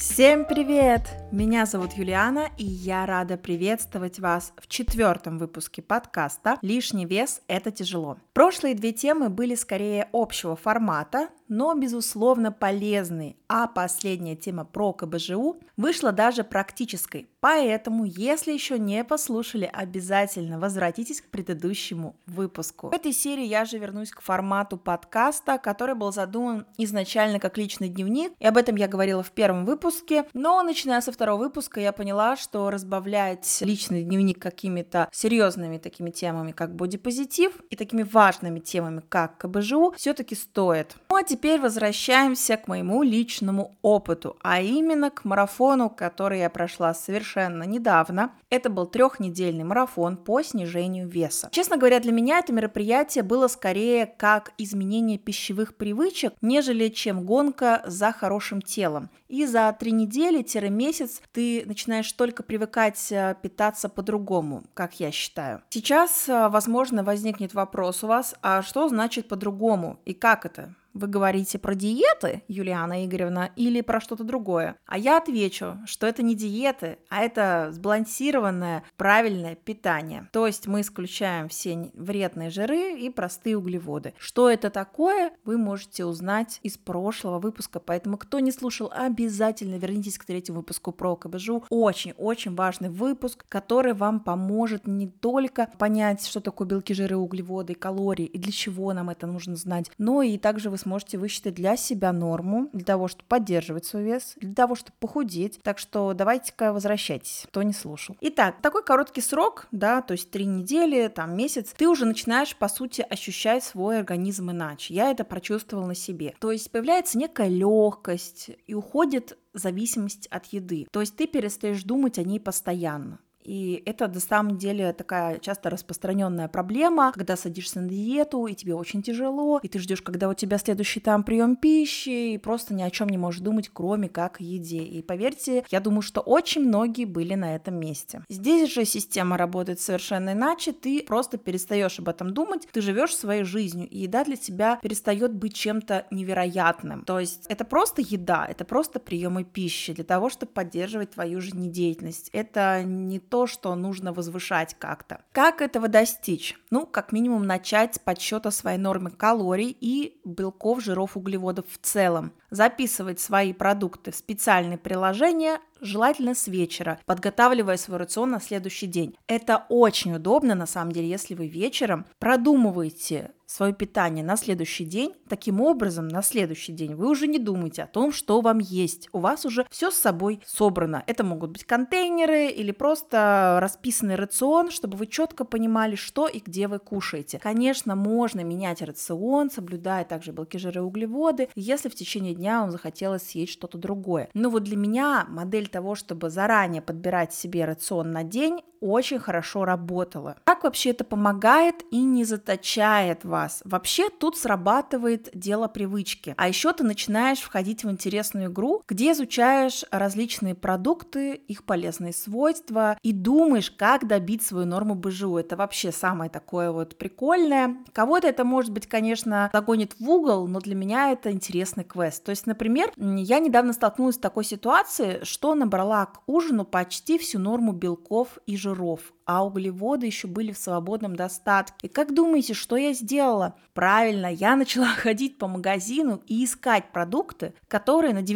Всем привет! Меня зовут Юлиана, и я рада приветствовать вас в 4-м выпуске подкаста «Лишний вес – это тяжело». Прошлые 2 темы были скорее общего формата, но, безусловно, полезные, а последняя тема про КБЖУ вышла даже практической. Поэтому, если еще не послушали, обязательно возвратитесь к предыдущему выпуску. В этой серии я же вернусь к формату подкаста, который был задуман изначально как личный дневник, и об этом я говорила в 1-м выпуске, но начиная со 2-го выпуска я поняла, что разбавлять личный дневник какими-то серьезными такими темами, как бодипозитив, и такими важными темами, как КБЖУ, все-таки стоит. Ну а теперь возвращаемся к моему личному опыту, а именно к марафону, который я прошла совершенно недавно. Это был 3-недельный марафон по снижению веса. Честно говоря, для меня это мероприятие было скорее как изменение пищевых привычек, нежели чем гонка за хорошим телом. И за 3 недели-месяц ты начинаешь только привыкать питаться по-другому, как я считаю. Сейчас, возможно, возникнет вопрос у вас, а что значит по-другому и как это? Вы говорите про диеты, Юлиана Игоревна, или про что-то другое? А я отвечу, что это не диеты, а это сбалансированное, правильное питание. То есть мы исключаем все вредные жиры и простые углеводы. Что это такое, вы можете узнать из прошлого выпуска, поэтому кто не слушал, обязательно вернитесь к 3-му выпуску про КБЖУ. Очень-очень важный выпуск, который вам поможет не только понять, что такое белки, жиры, углеводы, калории и для чего нам это нужно знать, но и также вы сможете высчитать для себя норму, для того, чтобы поддерживать свой вес, для того, чтобы похудеть. Так что давайте-ка возвращайтесь, кто не слушал. Итак, такой короткий срок, да, то есть 3 недели, месяц, ты уже начинаешь, по сути, ощущать свой организм иначе. Я это прочувствовала на себе. То есть появляется некая легкость и уходит зависимость от еды. То есть ты перестаешь думать о ней постоянно. И это на самом деле такая часто распространенная проблема, когда садишься на диету, и тебе очень тяжело, и ты ждешь, когда у тебя следующий прием пищи, и просто ни о чем не можешь думать, кроме как о еде. И поверьте, я думаю, что очень многие были на этом месте. Здесь же система работает совершенно иначе, ты просто перестаешь об этом думать, ты живешь своей жизнью, и еда для тебя перестает быть чем-то невероятным. То есть это просто еда, это просто приемы пищи для того, чтобы поддерживать твою жизнедеятельность. Это не то, что нужно возвышать как-то. Как этого достичь? Как минимум начать с подсчета своей нормы калорий и белков, жиров, углеводов в целом. Записывать свои продукты в специальные приложения, желательно с вечера, подготавливая свой рацион на следующий день. Это очень удобно, на самом деле, если вы вечером продумываете свое питание на следующий день. Таким образом, на следующий день вы уже не думаете о том, что вам есть. У вас уже все с собой собрано. Это могут быть контейнеры или просто расписанный рацион, чтобы вы четко понимали, что и где вы кушаете. Конечно, можно менять рацион, соблюдая также белки, жиры, углеводы, если в течение дня вам захотелось съесть что-то другое. Но вот для меня модель того, чтобы заранее подбирать себе рацион на день, очень хорошо работала. Как вообще это помогает и не заточает вас? Вообще тут срабатывает дело привычки. А еще ты начинаешь входить в интересную игру, где изучаешь различные продукты, их полезные свойства и думаешь, как добить свою норму БЖУ. Это вообще самое такое прикольное. Кого-то это, может быть, конечно, загонит в угол, но для меня это интересный квест. То есть, например, я недавно столкнулась с такой ситуацией, что набрала к ужину почти всю норму белков и жиров, а углеводы еще были в свободном достатке. И как думаете, что я сделала? Правильно, я начала ходить по магазину и искать продукты, которые на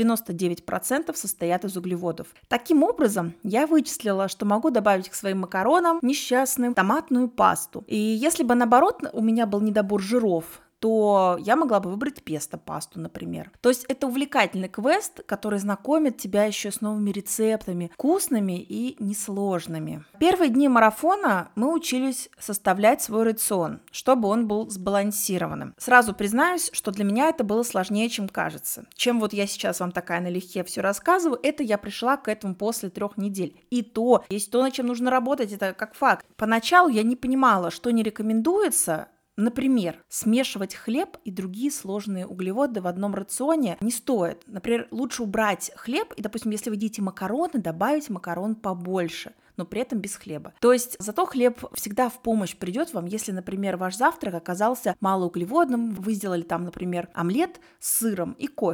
99% состоят из углеводов. Таким образом, я вычислила, что могу добавить к своим макаронам несчастным томатную пасту. И если бы наоборот у меня был недобор жиров, то я могла бы выбрать песто-пасту, например. То есть это увлекательный квест, который знакомит тебя еще с новыми рецептами, вкусными и несложными. В первые дни марафона мы учились составлять свой рацион, чтобы он был сбалансированным. Сразу признаюсь, что для меня это было сложнее, чем кажется. Чем я сейчас вам такая налегке все рассказываю, это я пришла к этому после 3 недель. И то, есть то, над чем нужно работать, это как факт. Поначалу я не понимала, что не рекомендуется. Например, смешивать хлеб и другие сложные углеводы в одном рационе не стоит. Например, лучше убрать хлеб и, допустим, если вы едите макароны, добавить макарон побольше, но при этом без хлеба. То есть зато хлеб всегда в помощь придет вам, если, например, ваш завтрак оказался малоуглеводным, вы сделали например, омлет с сыром и кофе.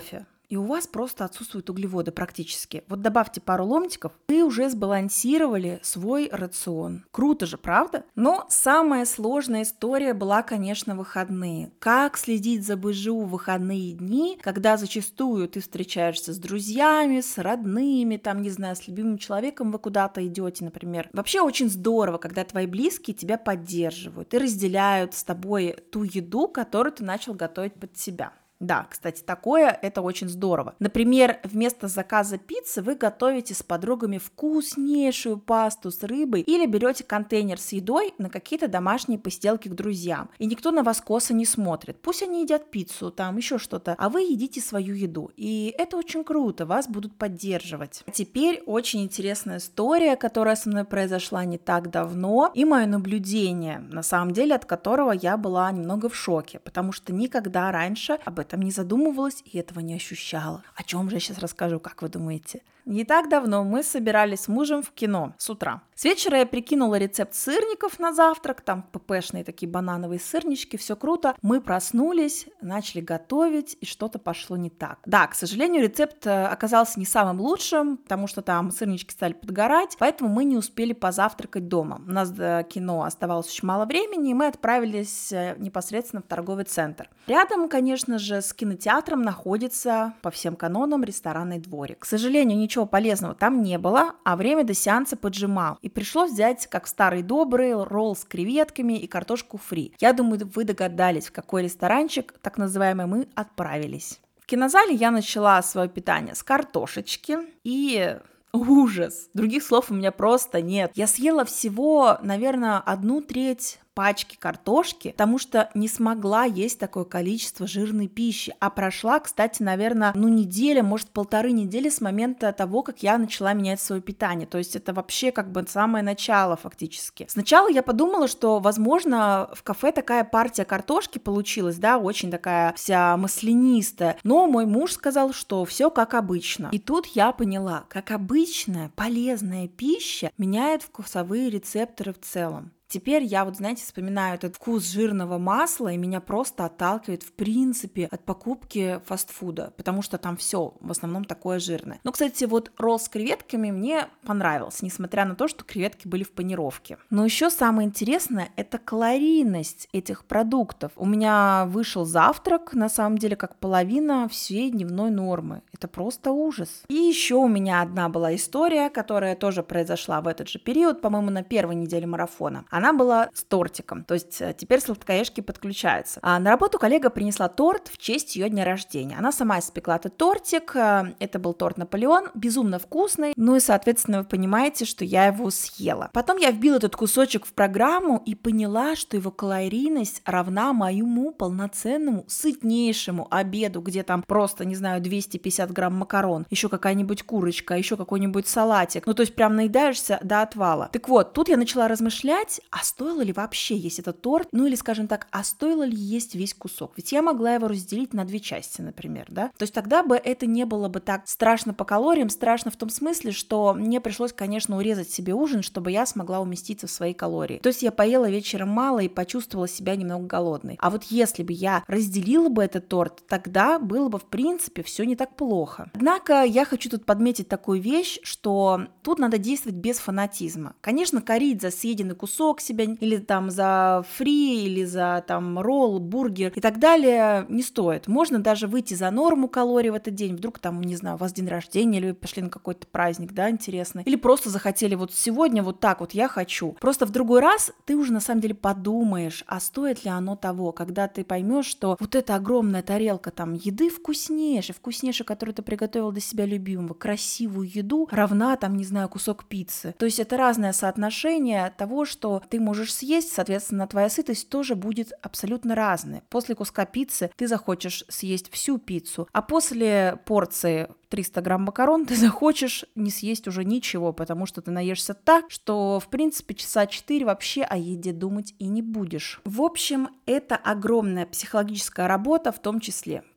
и у вас просто отсутствуют углеводы практически. Вот добавьте пару ломтиков, вы уже сбалансировали свой рацион. Круто же, правда? Но самая сложная история была, конечно, выходные. Как следить за БЖУ в выходные дни, когда зачастую ты встречаешься с друзьями, с родными, там, не знаю, с любимым человеком вы куда-то идете, например. Вообще очень здорово, когда твои близкие тебя поддерживают и разделяют с тобой ту еду, которую ты начал готовить под себя. Да, кстати, такое это очень здорово. Например, вместо заказа пиццы вы готовите с подругами вкуснейшую пасту с рыбой или берете контейнер с едой на какие-то домашние посиделки к друзьям. И никто на вас косо не смотрит. Пусть они едят пиццу, там еще что-то, а вы едите свою еду. И это очень круто, вас будут поддерживать. Теперь очень интересная история, которая со мной произошла не так давно, и мое наблюдение, на самом деле, от которого я была немного в шоке, потому что никогда раньше об этом не задумывалась и этого не ощущала. О чем же я сейчас расскажу, как вы думаете? Не так давно мы собирались с мужем в кино с утра. С вечера я прикинула рецепт сырников на завтрак, там ППшные такие банановые сырнички, все круто. Мы проснулись, начали готовить, и что-то пошло не так. Да, к сожалению, рецепт оказался не самым лучшим, потому что там сырнички стали подгорать, поэтому мы не успели позавтракать дома. У нас до кино оставалось очень мало времени, и мы отправились непосредственно в торговый центр. Рядом, конечно же, с кинотеатром находится по всем канонам ресторанный дворик. К сожалению, ничего полезного там не было, а время до сеанса поджимало. И пришлось взять, как в старый добрый, ролл с креветками и картошку фри. Я думаю, вы догадались, в какой ресторанчик, так называемый, мы отправились. В кинозале я начала свое питание с картошечки и... ужас! Других слов у меня просто нет. Я съела всего, наверное, 1/3 пачки картошки, потому что не смогла есть такое количество жирной пищи. А прошла, кстати, наверное, неделя, может, 1,5 недели с момента того, как я начала менять свое питание. То есть это вообще как бы самое начало фактически. Сначала я подумала, что, возможно, в кафе такая партия картошки получилась, да, очень такая вся маслянистая. Но мой муж сказал, что все как обычно. И тут я поняла, как обычная полезная пища меняет вкусовые рецепторы в целом. Теперь я знаете, вспоминаю этот вкус жирного масла, и меня просто отталкивает в принципе от покупки фастфуда, потому что там все в основном такое жирное. Но, кстати, вот ролл с креветками мне понравился, несмотря на то, что креветки были в панировке. Но еще самое интересное – это калорийность этих продуктов. У меня вышел завтрак, на самом деле, как половина всей дневной нормы. Это просто ужас. И еще у меня одна была история, которая тоже произошла в этот же период, по-моему, на первой неделе марафона. Она была с тортиком, то есть теперь сладкоежки подключаются. А на работу коллега принесла торт в честь ее дня рождения. Она сама испекла этот тортик, это был торт Наполеон, безумно вкусный, ну и, соответственно, вы понимаете, что я его съела. Потом я вбила этот кусочек в программу и поняла, что его калорийность равна моему полноценному, сытнейшему обеду, где там просто, не знаю, 250 грамм макарон, еще какая-нибудь курочка, еще какой-нибудь салатик. Ну, то есть прям наедаешься до отвала. Так вот, тут я начала размышлять, а стоило ли вообще есть этот торт, ну или, скажем так, а стоило ли есть весь кусок? Ведь я могла его разделить на 2 части, например, да? То есть тогда бы это не было бы так страшно по калориям, страшно в том смысле, что мне пришлось, конечно, урезать себе ужин, чтобы я смогла уместиться в свои калории. То есть я поела вечером мало и почувствовала себя немного голодной. А вот если бы я разделила бы этот торт, тогда было бы, в принципе, все не так плохо. Однако я хочу тут подметить такую вещь, что тут надо действовать без фанатизма. Конечно, корить за съеденный кусок себя, или там за фри, или за там ролл, бургер и так далее не стоит. Можно даже выйти за норму калорий в этот день, вдруг там, не знаю, у вас день рождения, или вы пошли на какой-то праздник, да, интересный, или просто захотели вот сегодня вот так вот я хочу. Просто в другой раз ты уже на самом деле подумаешь, а стоит ли оно того, когда ты поймешь, что вот эта огромная тарелка там еды вкуснейшая, которую ты приготовил для себя любимого, красивую еду, равна там, не знаю, кусок пиццы. То есть это разное соотношение того, что ты можешь съесть, соответственно, твоя сытость тоже будет абсолютно разная. После куска пиццы ты захочешь съесть всю пиццу, а после порции 300 грамм макарон ты захочешь не съесть уже ничего, потому что ты наешься так, что, в принципе, часа 4 вообще о еде думать и не будешь. В общем, это огромная психологическая работа в том числе.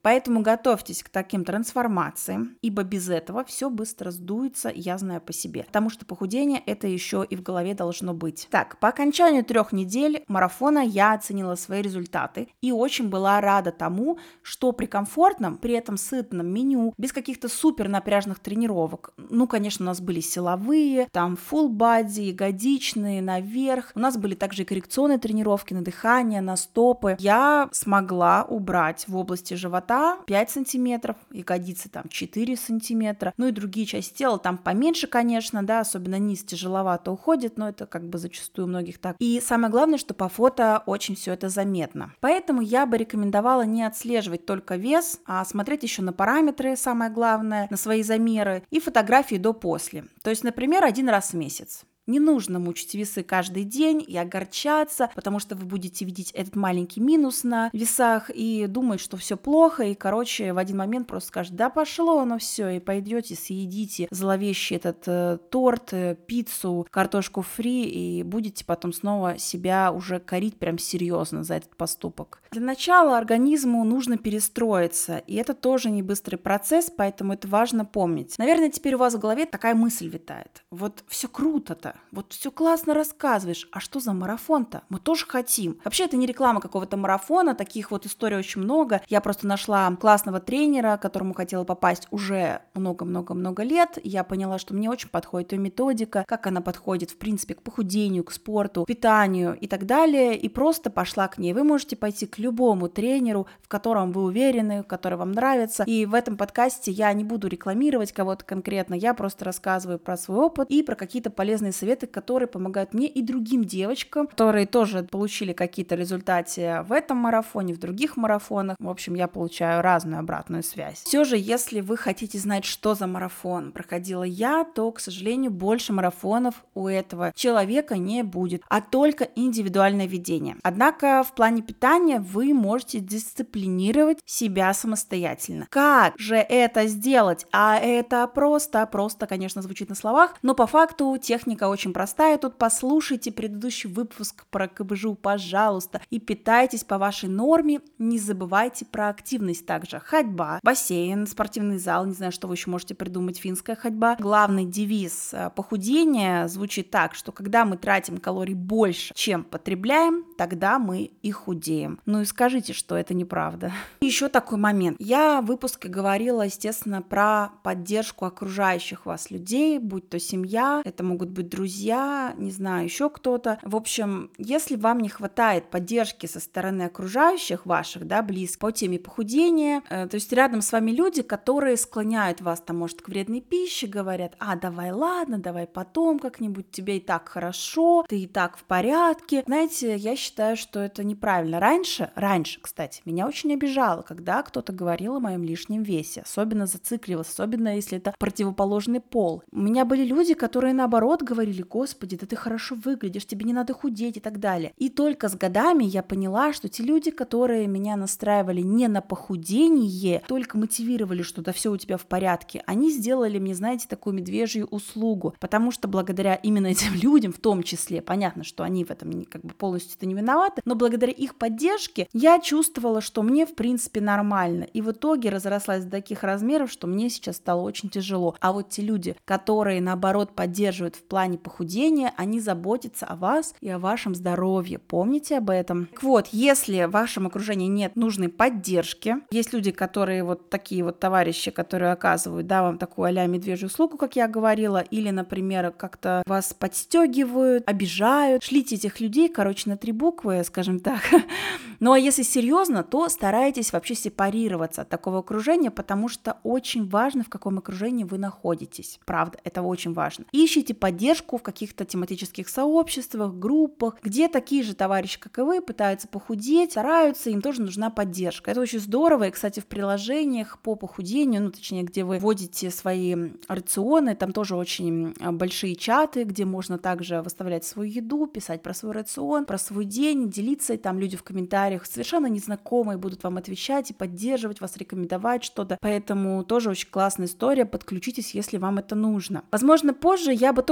Поэтому готовьтесь к таким трансформациям, ибо без этого все быстро сдуется, я знаю по себе. Потому что похудение это еще и в голове должно быть. Так, по окончанию 3 недель марафона я оценила свои результаты и очень была рада тому, что при комфортном, при этом сытном меню, без каких-то супер напряжных тренировок, конечно, у нас были силовые, там full body, ягодичные, наверх, у нас были также и коррекционные тренировки на дыхание, на стопы, я смогла убрать в области живота 5 сантиметров, ягодицы там 4 сантиметра, и другие части тела там поменьше, конечно, да, особенно низ тяжеловато уходит, но это как бы зачастую у многих так. И самое главное, что по фото очень все это заметно. Поэтому я бы рекомендовала не отслеживать только вес, а смотреть еще на параметры, самое главное, на свои замеры и фотографии до-после. То есть, например, 1 раз в месяц. Не нужно мучить весы каждый день и огорчаться, потому что вы будете видеть этот маленький минус на весах и думать, что все плохо, и, в один момент просто скажете, да пошло оно все, и пойдете, съедите зловещий этот торт, пиццу, картошку фри, и будете потом снова себя уже корить прям серьезно за этот поступок. Для начала организму нужно перестроиться, и это тоже не быстрый процесс, поэтому это важно помнить. Наверное, теперь у вас в голове такая мысль витает. Вот все круто-то, вот все классно рассказываешь, а что за марафон-то? Мы тоже хотим. Вообще, это не реклама какого-то марафона, таких вот историй очень много. Я просто нашла классного тренера, к которому хотела попасть уже много-много-много лет. Я поняла, что мне очень подходит ее методика, как она подходит, в принципе, к похудению, к спорту, питанию и так далее, и просто пошла к ней. Вы можете пойти к любому тренеру, в котором вы уверены, который вам нравится. И в этом подкасте я не буду рекламировать кого-то конкретно, я просто рассказываю про свой опыт и про какие-то полезные советы, которые помогают мне и другим девочкам, которые тоже получили какие-то результаты в этом марафоне, в других марафонах. В общем, я получаю разную обратную связь. Все же, если вы хотите знать, что за марафон проходила я, то, к сожалению, больше марафонов у этого человека не будет, а только индивидуальное ведение. Однако в плане питания вы можете дисциплинировать себя самостоятельно. Как же это сделать? А это просто, конечно, звучит на словах, но по факту техника очень простая. Тут послушайте предыдущий выпуск про КБЖУ, пожалуйста, и питайтесь по вашей норме. Не забывайте про активность также. Ходьба, бассейн, спортивный зал, не знаю, что вы еще можете придумать, финская ходьба. Главный девиз похудения звучит так, что когда мы тратим калорий больше, чем потребляем, тогда мы и худеем. И скажите, что это неправда. Еще такой момент. Я в выпуске говорила, естественно, про поддержку окружающих вас людей, будь то семья, это могут быть друзья, не знаю, еще кто-то. В общем, если вам не хватает поддержки со стороны окружающих ваших, близких по теме похудения, то есть рядом с вами люди, которые склоняют вас, может, к вредной пище, говорят, давай, ладно, давай потом как-нибудь, тебе и так хорошо, ты и так в порядке. Знаете, я считаю, что это неправильно. Раньше, кстати, меня очень обижало, когда кто-то говорил о моем лишнем весе, особенно зацикливался, особенно если это противоположный пол. У меня были люди, которые наоборот говорили, господи, да ты хорошо выглядишь, тебе не надо худеть и так далее. И только с годами я поняла, что те люди, которые меня настраивали не на похудение, только мотивировали, что да все у тебя в порядке, они сделали мне, знаете, такую медвежью услугу, потому что благодаря именно этим людям, в том числе, понятно, что они в этом полностью-то не виноваты, но благодаря их поддержке я чувствовала, что мне в принципе нормально, и в итоге разрослась до таких размеров, что мне сейчас стало очень тяжело. А вот те люди, которые наоборот поддерживают в плане похудения, они заботятся о вас и о вашем здоровье. Помните об этом? Так вот, если в вашем окружении нет нужной поддержки, есть люди, которые вот такие вот товарищи, которые оказывают, вам такую а-ля медвежью услугу, как я говорила, или, например, как-то вас подстегивают, обижают, шлите этих людей, на 3 буквы, скажем так. Ну а если серьезно, то старайтесь вообще сепарироваться от такого окружения, потому что очень важно, в каком окружении вы находитесь. Правда, это очень важно. Ищите поддержку в каких-то тематических сообществах, группах, где такие же товарищи, как и вы, пытаются похудеть, стараются, им тоже нужна поддержка. Это очень здорово, и, кстати, в приложениях по похудению, точнее, где вы вводите свои рационы, там тоже очень большие чаты, где можно также выставлять свою еду, писать про свой рацион, про свой день, делиться, и там люди в комментариях совершенно незнакомые будут вам отвечать и поддерживать вас, рекомендовать что-то, поэтому тоже очень классная история, подключитесь, если вам это нужно. Возможно, позже я бы тоже создала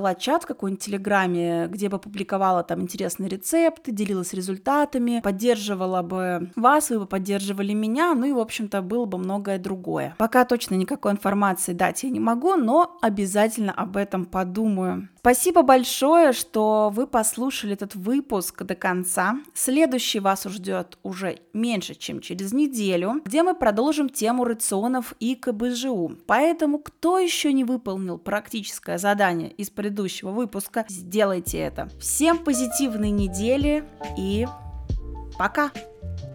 завела чат в какой-нибудь Телеграме, где бы публиковала там интересные рецепты, делилась результатами, поддерживала бы вас, вы бы поддерживали меня, ну и, в общем-то, было бы многое другое. Пока точно никакой информации дать я не могу, но обязательно об этом подумаю. Спасибо большое, что вы послушали этот выпуск до конца. Следующий вас ждет уже меньше, чем через неделю, где мы продолжим тему рационов и КБЖУ. Поэтому, кто еще не выполнил практическое задание из предыдущего выпуска, сделайте это. Всем позитивной недели и пока!